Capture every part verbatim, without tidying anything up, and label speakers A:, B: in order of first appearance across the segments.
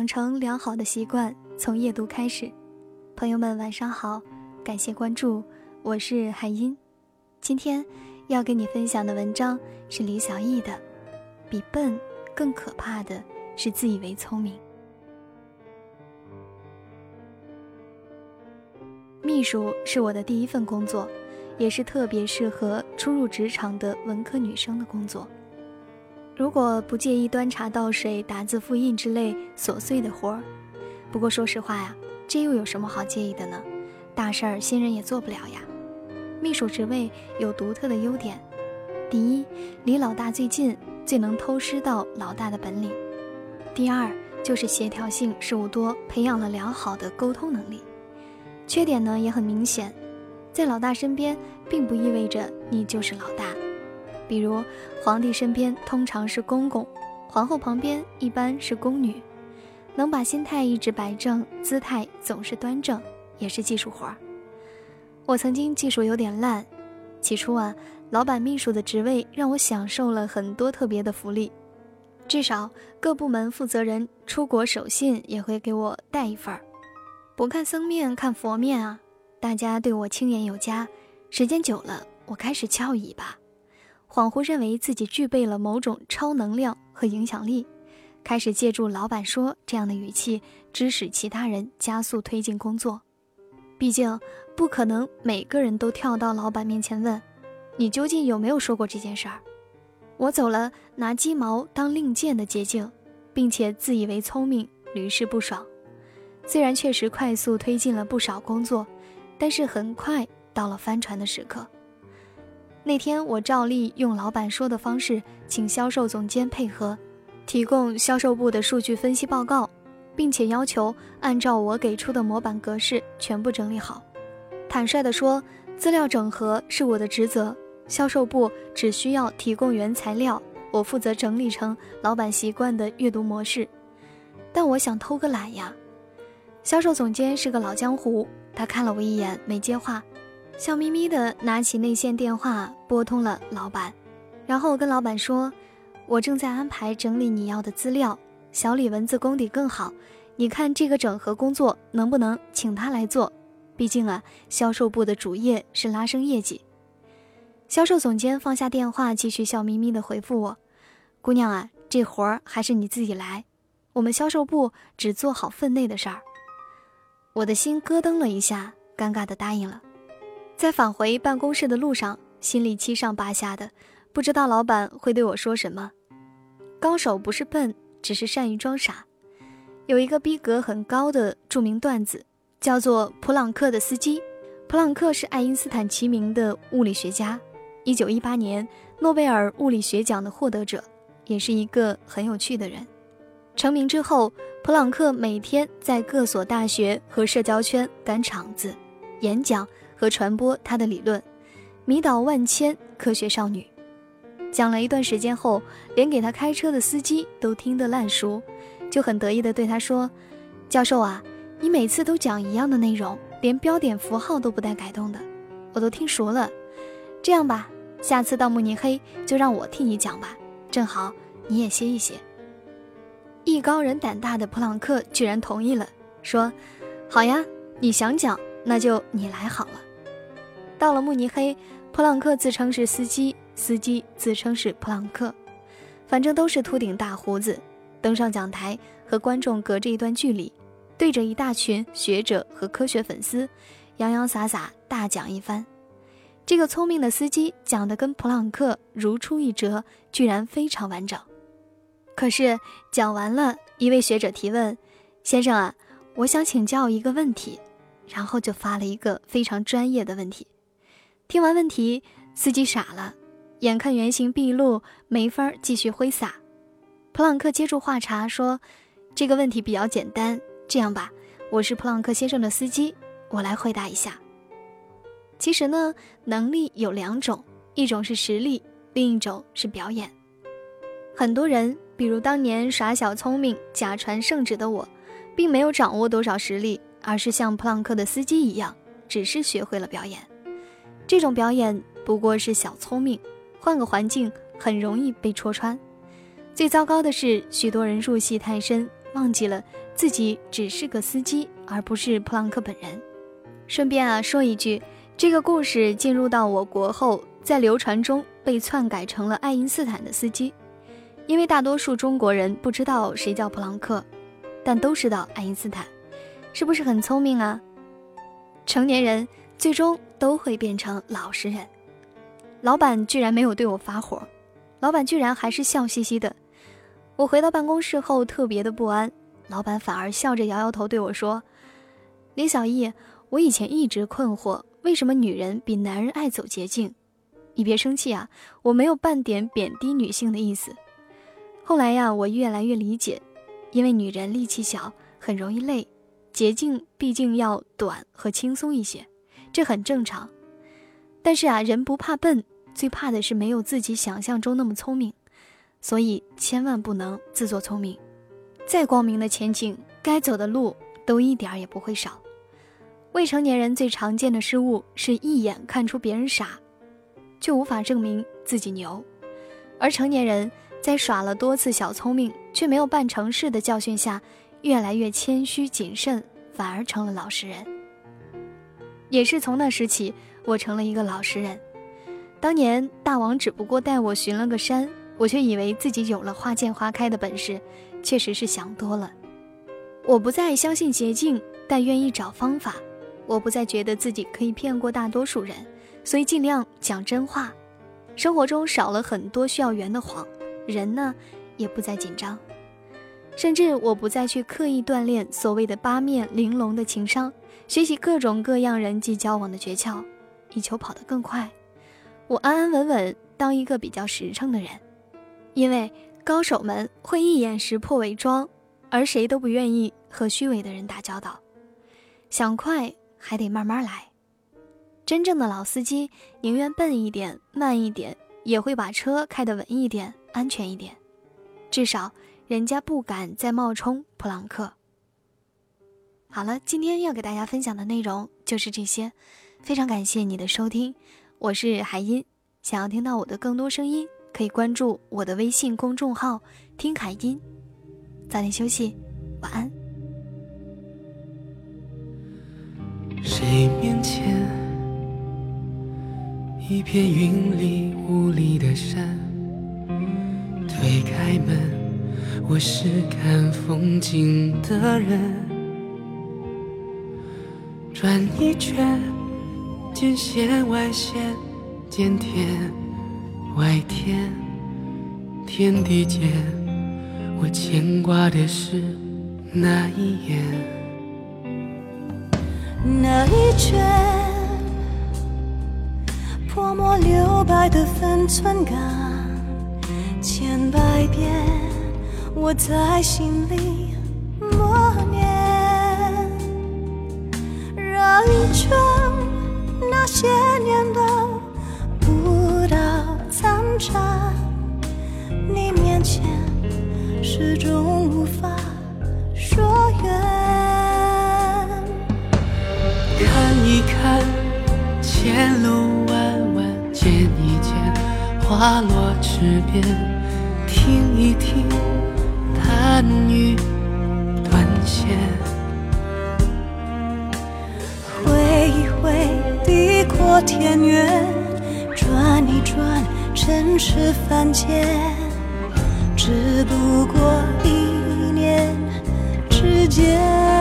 A: 养成良好的习惯，从夜读开始。朋友们晚上好，感谢关注，我是海音。今天要跟你分享的文章是李小艺的《比笨更可怕的是自以为聪明》。秘书是我的第一份工作，也是特别适合初入职场的文科女生的工作。如果不介意端茶倒水、打字复印之类琐碎的活儿，不过说实话呀，这又有什么好介意的呢？大事儿新人也做不了呀。秘书职位有独特的优点：第一，离老大最近，最能偷师到老大的本领；第二，就是协调性事务多，培养了良好的沟通能力。缺点呢也很明显，在老大身边并不意味着你就是老大。比如皇帝身边通常是公公，皇后旁边一般是宫女。能把心态一直摆正，姿态总是端正，也是技术活儿。我曾经技术有点烂，起初啊，老板秘书的职位让我享受了很多特别的福利，至少各部门负责人出国守信也会给我带一份儿。不看僧面看佛面啊，大家对我青眼有加。时间久了，我开始翘尾巴，恍惚认为自己具备了某种超能量和影响力，开始借助老板说这样的语气指使其他人加速推进工作。毕竟不可能每个人都跳到老板面前问你究竟有没有说过这件事儿。我走了拿鸡毛当令箭的捷径，并且自以为聪明，屡试不爽。虽然确实快速推进了不少工作，但是很快到了翻船的时刻。那天我照例用老板说的方式请销售总监配合，提供销售部的数据分析报告，并且要求按照我给出的模板格式全部整理好。坦率地说，资料整合是我的职责，销售部只需要提供原材料，我负责整理成老板习惯的阅读模式。但我想偷个懒呀。销售总监是个老江湖，他看了我一眼没接话，笑眯眯地拿起内线电话拨通了老板，然后我跟老板说，我正在安排整理你要的资料，小李文字功底更好，你看这个整合工作能不能请他来做？毕竟啊，销售部的主业是拉升业绩。销售总监放下电话，继续笑眯眯地回复我，姑娘啊，这活儿还是你自己来，我们销售部只做好分内的事儿。我的心咯噔了一下，尴尬地答应了。在返回办公室的路上，心里七上八下的，不知道老板会对我说什么。高手不是笨，只是善于装傻。有一个逼格很高的著名段子，叫做普朗克的司机。普朗克是爱因斯坦齐名的物理学家，一九一八年诺贝尔物理学奖的获得者，也是一个很有趣的人。成名之后，普朗克每天在各所大学和社交圈赶场子、演讲和传播他的理论，迷倒万千科学少女。讲了一段时间后，连给他开车的司机都听得烂熟，就很得意地对他说，教授啊，你每次都讲一样的内容，连标点符号都不带改动的，我都听熟了。这样吧，下次到慕尼黑就让我替你讲吧，正好你也歇一歇。艺高人胆大的普朗克居然同意了，说好呀，你想讲那就你来好了。到了慕尼黑，普朗克自称是司机，司机自称是普朗克，反正都是秃顶大胡子，登上讲台和观众隔着一段距离，对着一大群学者和科学粉丝洋洋洒洒大讲一番。这个聪明的司机讲得跟普朗克如出一辙，居然非常完整。可是讲完了，一位学者提问，先生啊，我想请教一个问题，然后就发了一个非常专业的问题。听完问题，司机傻了，眼看原形毕露，没法继续挥洒。普朗克接住话茬说，这个问题比较简单，这样吧，我是普朗克先生的司机，我来回答一下。其实呢，能力有两种，一种是实力，另一种是表演。很多人，比如当年耍小聪明假传圣旨的我，并没有掌握多少实力，而是像普朗克的司机一样，只是学会了表演。这种表演不过是小聪明，换个环境很容易被戳穿。最糟糕的是，许多人入戏太深，忘记了自己只是个司机，而不是普朗克本人。顺便啊说一句，这个故事进入到我国后，在流传中被篡改成了爱因斯坦的司机，因为大多数中国人不知道谁叫普朗克，但都知道爱因斯坦，是不是很聪明啊？成年人最终都会变成老实人。老板居然没有对我发火，老板居然还是笑嘻嘻的。我回到办公室后特别的不安，老板反而笑着摇摇头对我说，李小艺，我以前一直困惑，为什么女人比男人爱走捷径？你别生气啊，我没有半点贬低女性的意思。后来呀，我越来越理解，因为女人力气小，很容易累，捷径毕竟要短和轻松一些，这很正常。但是啊，人不怕笨，最怕的是没有自己想象中那么聪明，所以千万不能自作聪明。再光明的前景，该走的路都一点也不会少。未成年人最常见的失误是一眼看出别人傻，却无法证明自己牛，而成年人在耍了多次小聪明却没有办成事的教训下，越来越谦虚谨慎，反而成了老实人。也是从那时起，我成了一个老实人。当年大王只不过带我寻了个山，我却以为自己有了花见花开的本事，确实是想多了。我不再相信捷径，但愿意找方法。我不再觉得自己可以骗过大多数人，所以尽量讲真话。生活中少了很多需要圆的谎，人呢也不再紧张。甚至我不再去刻意锻炼所谓的八面玲珑的情商，学习各种各样人际交往的诀窍，以求跑得更快。我安安稳稳当一个比较实诚的人，因为高手们会一眼识破伪装，而谁都不愿意和虚伪的人打交道。想快还得慢慢来。真正的老司机宁愿笨一点慢一点，也会把车开得稳一点安全一点，至少人家不敢再冒充普朗克。好了，今天要给大家分享的内容就是这些，非常感谢你的收听，我是海音。想要听到我的更多声音，可以关注我的微信公众号听海音。早点休息，晚安。
B: 谁面前一片云里雾里的山，推开门，我是看风景的人，转一圈，见线外线，见天外天，天地间我牵挂的是那一眼，
C: 那一圈泼墨留白的分寸感，千百遍我在心里默念，绕一圈那些年都不到残渣，你面前始终无法说远。
B: 看一看前路弯弯，见一见花落池边，听一听弹雨断线，
C: 挥一挥地阔天远，转一转尘世凡间，只不过一念之间。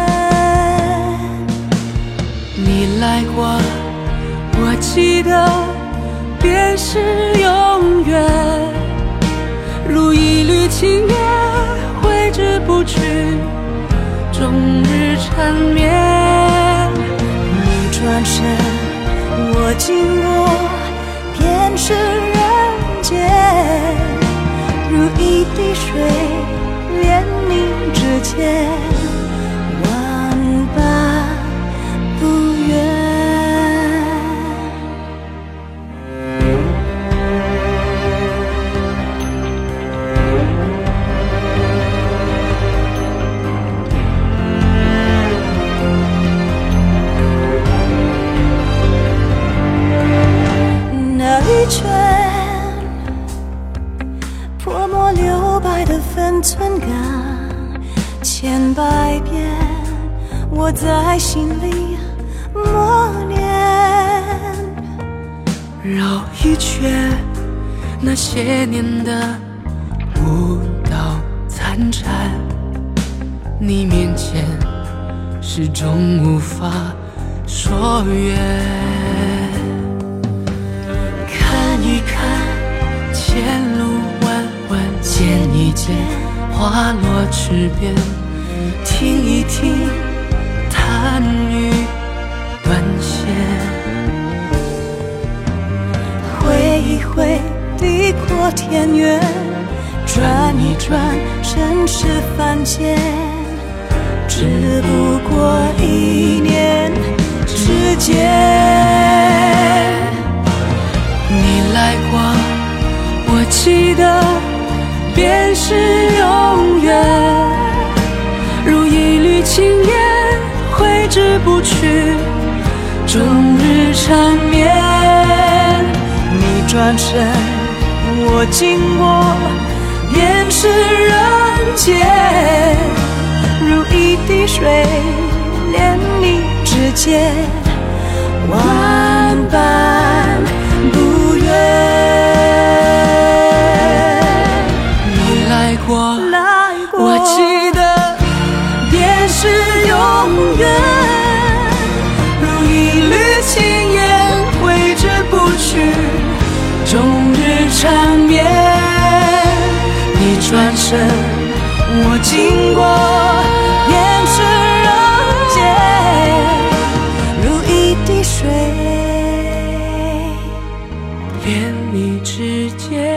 B: 你来过我记得便是永远，如一缕青烟挥之不去，终日缠绵。
C: 你转身我经过便是人间，如一滴水连你指尖，万般不愿。那一圈泼墨留白的分寸感， 千百遍，我在心里默念。
B: 绕一圈那些年的舞蹈残蝉，你面前始终无法说远。看一看前路弯弯，见一见花落池边，听一听弹语断线，
C: 挥一挥地阔天远，转一转尘世凡间，只不过一念之间。
B: 你来过，我记得便是永远，如一缕青烟挥之不去，终日缠绵。
C: 你转身，我经过，便是人间，如一滴水连你指尖，万般不愿。
B: 你来过，
C: 来过，
B: 我记得便是永远，如一缕青烟挥之不去，终日缠绵。你转身，我经过，
C: 便是人间，如一滴水
B: 连你指尖。